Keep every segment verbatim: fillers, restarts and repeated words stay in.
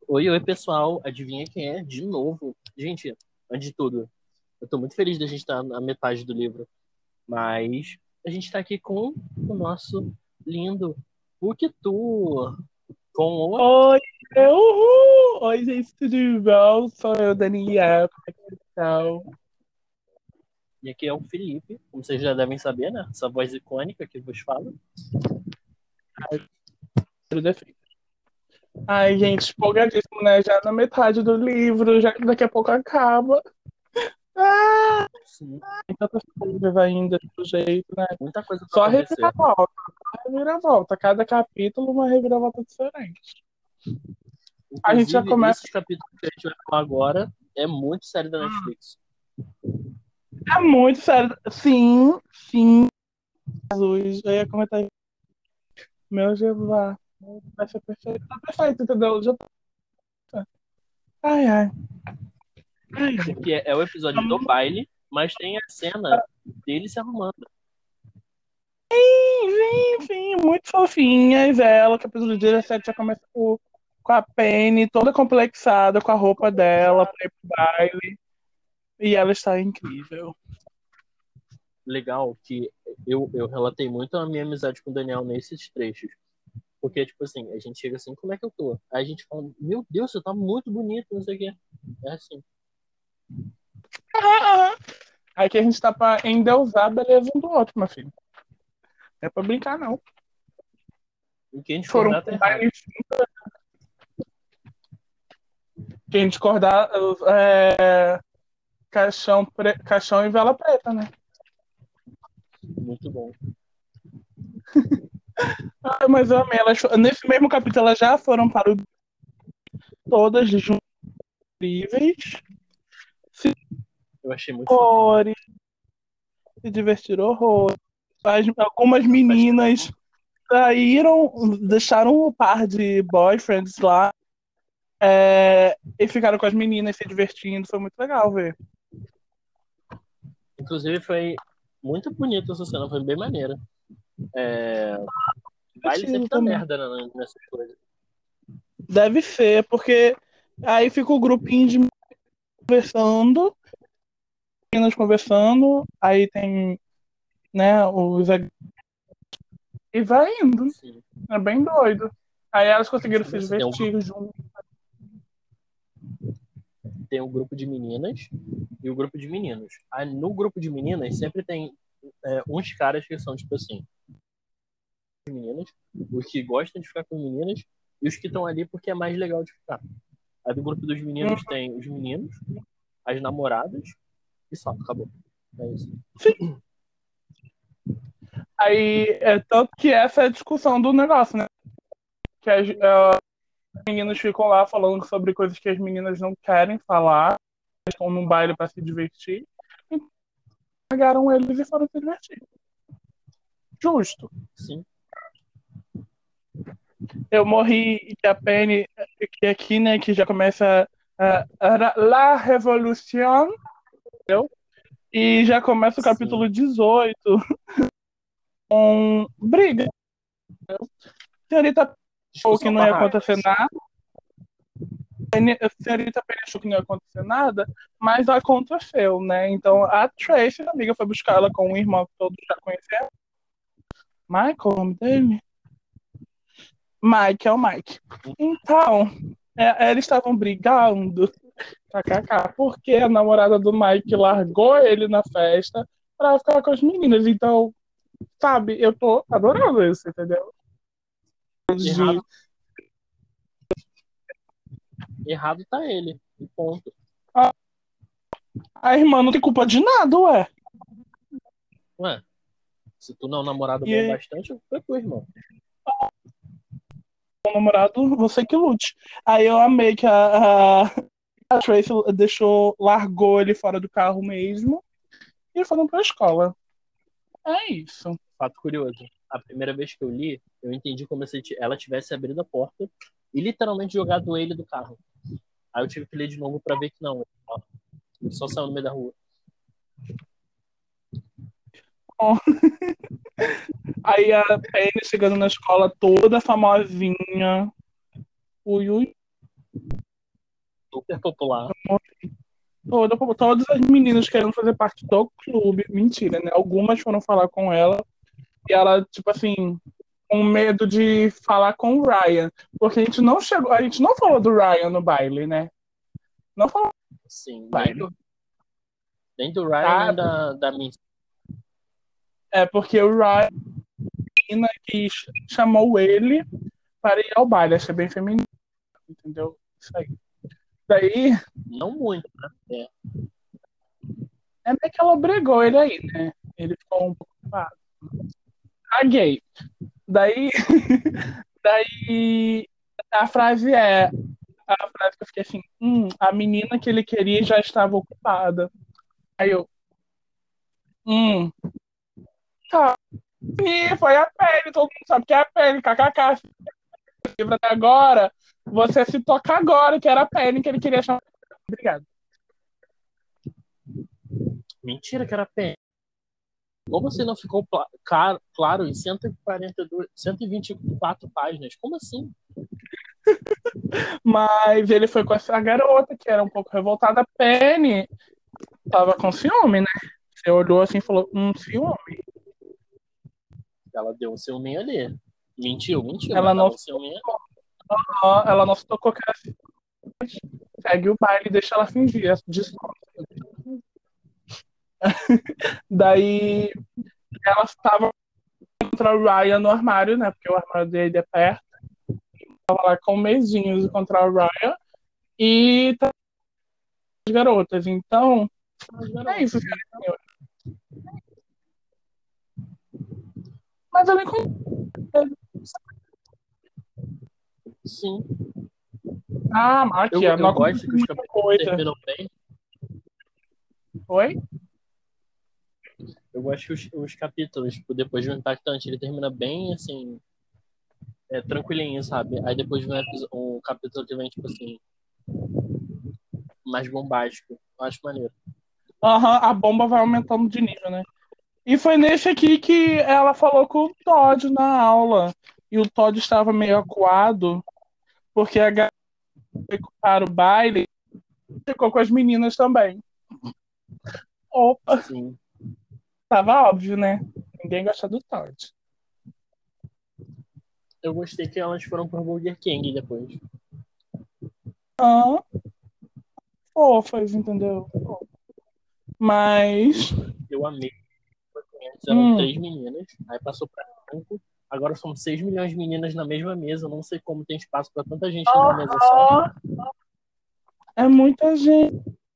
Oi, oi, pessoal. Adivinha quem é? De novo. Gente, antes de tudo, eu tô muito feliz da gente estar na metade do livro, mas a gente tá aqui com o nosso lindo Book Tour, com o... Oi, uhul! Oi, gente, tudo bom? Sou eu, Daniel. Como é que vocês estão? E aqui é o Felipe, como vocês já devem saber, né? Essa voz icônica que vos fala. Ai, tudo é feito. Ai, gente, empolgadíssimo, né? Já na metade do livro, já que daqui a pouco acaba. Ah, Sim, tem tantas coisas ainda do jeito, né? muita coisa pra Só acontecer. reviravolta, só reviravolta. Cada capítulo, uma reviravolta diferente. A gente já Inclusive, começa. esses capítulos que a gente vai falar agora é muito série da Netflix. É muito sério. Sim, sim, Jesus. Eu ia comentar isso. Meu Jesus. Vai ser perfeito. Tá perfeito, entendeu? Já tá. Ai, ai. Ai, ai. Porque é o episódio do baile, mas tem a cena dele se arrumando. Sim, sim, muito fofinhas. Ela, capítulo dezessete, já começa com, com a Penny toda complexada com a roupa dela pra ir pro baile. E ela está incrível. Legal que eu, eu relatei muito a minha amizade com o Daniel nesses trechos. Porque, tipo assim, a gente chega assim, como é que eu tô? Aí a gente fala, meu Deus, você tá muito bonito, não sei o quê. É assim. Ah, ah. Aqui a gente tá pra endeusar a beleza um do outro, meu filho. Não é pra brincar, não. E quem Foram discordar tá pro errado. baile. Quem discordar, é, caixão, pre... caixão e vela preta, né? Muito bom. Ah, mas eu amei. Elas, nesse mesmo capítulo, elas já foram para o todas juntas, incríveis. Se Eu achei muito fofinho. horrores, se divertiram horrores. As- Algumas A festa mesmo. meninas saíram, deixaram o par de boyfriends lá, é, e ficaram com as meninas se divertindo. Foi muito legal ver. Inclusive, foi muito bonita essa cena, foi bem maneira. É... Baile Divertido sempre dá também. merda né, nessas coisas. Deve ser, porque aí fica o grupinho de meninas conversando, meninas conversando, aí tem, né, os e vai indo. Sim. É bem doido. Aí elas conseguiram Tipo se assim, tem um grupo, divertir junto. tem um grupo de meninas e o grupo de meninos. Aí no grupo de meninas sempre tem é, uns caras que são, tipo assim, meninas, os que gostam de ficar com meninas e os que estão ali porque é mais legal de ficar. Aí do grupo dos meninos tem os meninos, as namoradas e só, acabou. É isso. Aí é tanto que essa é a discussão do negócio, né? Que as, uh, meninos ficam lá falando sobre coisas que as meninas não querem falar, estão num baile para se divertir, e pagaram eles e foram se divertir. Justo. Sim, Eu morri que a Penny, que aqui, né, que já começa a, a, La Revolution, entendeu? E já começa o sim. capítulo dezoito com briga. Senhorita achou que Discussão não ia barraca. acontecer nada. A senhorita Penny achou que não ia acontecer nada, mas aconteceu, né? Então a Tracy, a amiga, foi buscar ela com um irmão que todos já conheceram. Michael, o nome dele? Mike, é o Mike. Então, é, eles estavam brigando, kkk, porque a namorada do Mike largou ele na festa pra ficar com as meninas. Então, sabe, eu tô adorando isso, entendeu? De, Errado, errado tá ele. E ponto. a, a irmã não tem culpa de nada, ué. Ué, se tu não é um namorado bom E bastante, foi tu, irmão. o namorado, você que lute. Aí eu amei que a, a, a Tracy deixou, largou ele fora do carro mesmo e foram pra escola. É isso. Fato curioso. A primeira vez que eu li, eu entendi como se ela tivesse abrido a porta e literalmente jogado ele do carro. Aí eu tive que ler de novo pra ver que não. Ele só saiu no meio da rua. Bom, aí a Penny chegando na escola toda famosinha. Ui, ui. super popular. Toda, todas as meninas querendo fazer parte do clube. Mentira, né? Algumas foram falar com ela. E ela, tipo assim, com medo de falar com o Ryan. Porque a gente não chegou, a gente não falou do Ryan no baile, né? Não falou Sim, do nem baile, do, nem do Ryan, tá? nem da, da Mindy. É porque o Ryan que chamou ele para ir ao baile. Achei bem feminino, entendeu? Isso aí. Daí, Não muito, né? É. é meio que ela obrigou ele aí, né? Ele ficou um pouco ocupado. Caguei. Daí, daí a frase é a frase que eu fiquei assim, hum, a menina que ele queria já estava ocupada. Aí eu, hum, tá. E foi a pele, todo mundo sabe que é a pele, kkk. Livro até agora, você se toca agora que era a pele que ele queria chamar. Obrigado. Mentira que era pena. Como você não ficou pla- claro, claro em cento e quarenta e dois, cento e vinte e quatro páginas? Como assim? Mas ele foi com essa garota que era um pouco revoltada. A Penny tava com ciúme, né? Você olhou assim e falou, um ciúme. Ela deu um ciúminho ali. Mentiu, mentiu, Ela mas não, tava um ciúminho. ela não se tocou que era assim. Segue o baile e deixa ela fingir. Desculpa. Daí ela estava contra o Ryan no armário, né? Porque o armário dele é perto. Tava lá com mesinhos contra o Ryan. E tá as garotas. Então, é isso, senhora e senhores. Mas eu encontrei. Sim. Ah, aqui, Eu, não eu gosto aconteceu que os muita capítulos coisa. terminam bem. Oi? Eu gosto que os, os capítulos, tipo, depois de um impactante, ele termina bem, assim, é, tranquilinho, sabe? Aí depois vem um, episo- um capítulo que vem, tipo assim, mais bombástico. Eu acho maneiro. Aham, a bomba vai aumentando de nível, né? E foi nesse aqui que ela falou com o Todd na aula. E o Todd estava meio acuado, porque a garota foi para o baile e ficou com as meninas também. Opa, Sim. tava óbvio, né? Ninguém gosta do Todd. Eu gostei que elas foram pro Burger King depois. Ah, fofas, entendeu? Mas. Eu amei. Antes eram Hum, três meninas, aí passou pra cinco. Agora são seis milhões de meninas na mesma mesa. Eu não sei como tem espaço pra tanta gente numa mesa só. ah, é muita gente.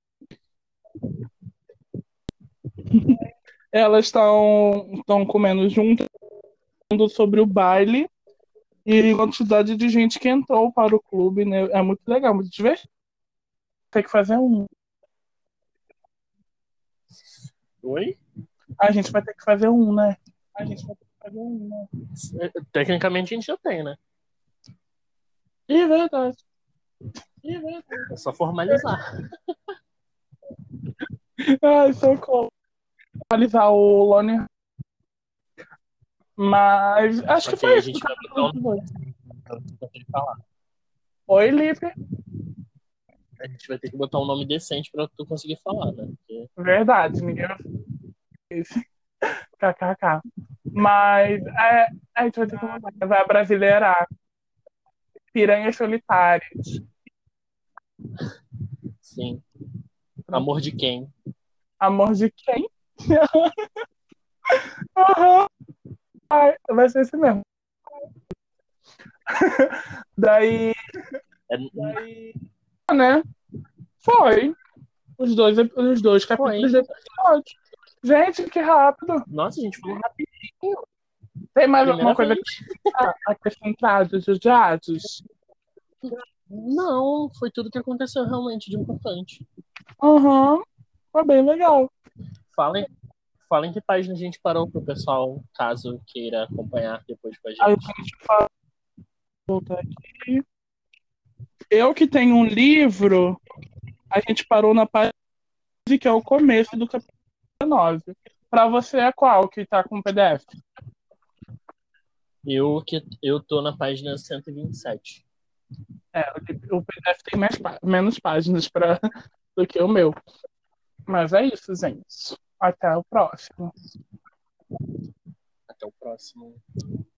Elas estão estão comendo junto sobre o baile e a quantidade de gente que entrou para o clube, né? É muito legal, muito divertido. Tem que fazer um. Oi? A gente vai ter que fazer um, né? A gente vai ter que fazer um, né? Tecnicamente a gente já tem, né? Ih, verdade. Ih, verdade. É só formalizar. Ai, socorro. Atualizar o Lone. Mas acho Só que que aí foi a isso do gente vai botar capítulo um. dois. Vou ter que falar. Oi, Lipe. A gente vai ter que botar um nome decente pra tu conseguir falar, né? Porque... Verdade, ninguém vai fazer isso. Kkk. Mas é, a gente vai ter que mudar. Vai brasileirar. Piranhas solitárias. Sim. Pronto. Amor de quem? Amor de quem? Aham. Ai, vai ser isso mesmo. Daí, É... daí, né? Foi. Os dois, os dois Foi. capítulos do episódio. Gente, que rápido. Nossa, a gente falou rapidinho. Tem mais alguma Primeira coisa vez. a acrescentar dos dados? Não, foi tudo que aconteceu realmente de importante. Aham. Uhum. Foi bem legal. Falem, falem que página a gente parou pro pessoal, caso queira acompanhar depois com a Aí gente. a gente fala, voltar aqui. Eu que tenho um livro, a gente parou na página que é o começo do capítulo nove. Para você é qual que tá com o P D F? Eu, que, eu tô na página cento e vinte e sete. É, o P D F tem mais, pá- menos páginas pra, do que o meu. Mas é isso, gente. Até o próximo. Até o próximo.